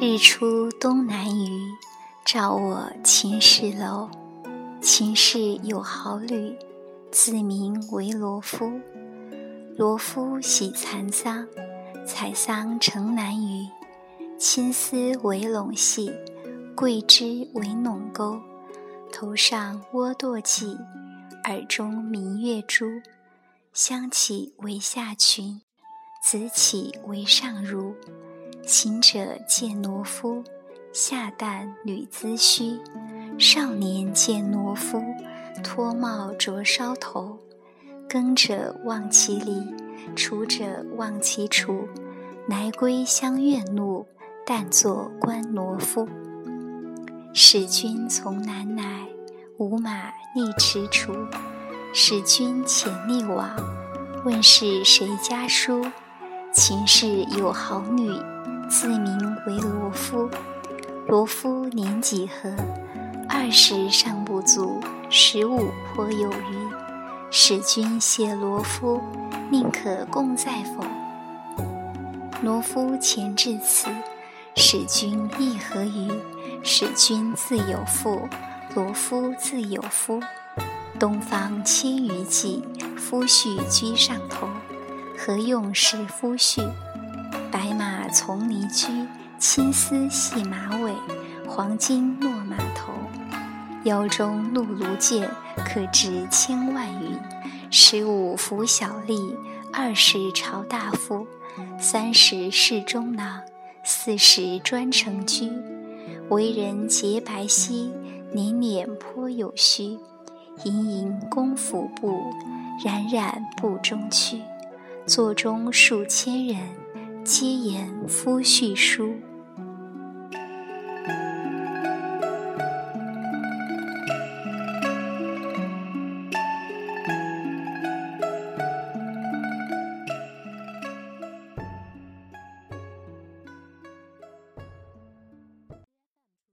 日出东南隅，照我秦氏楼。秦氏有好侣，自名为罗敷。罗敷喜蚕桑，采桑城南隅。青丝为笼系，桂枝为脓钩。头上窝堕髻，耳中明月珠。香起为下裙，紫起为上襦。行者见罗敷，下旦履髭须。少年见罗敷，脱帽着梢头。耕者忘其犁，锄者忘其锄。来归乡愿怒，但作观罗敷。使君从南来，无马逆驰除。使君遣逆往，问是谁家书？秦氏有好女，自名为罗敷。罗敷年几何？20尚不足，15颇有余。使君谢罗敷，宁可共在否？罗敷前至此，使君意何于？使君自有妇，罗敷自有夫。东方千余骑，夫婿居上头。何用是夫婿？白马从泥驹，青丝系马尾，黄金落马头。腰中辘轳箭，可值千万余。15服小吏，20朝大夫，30侍中郎，40专承居。为人洁白皙，年年颇有须。盈盈公府部，冉冉部中区。座中数千人，皆言夫婿书。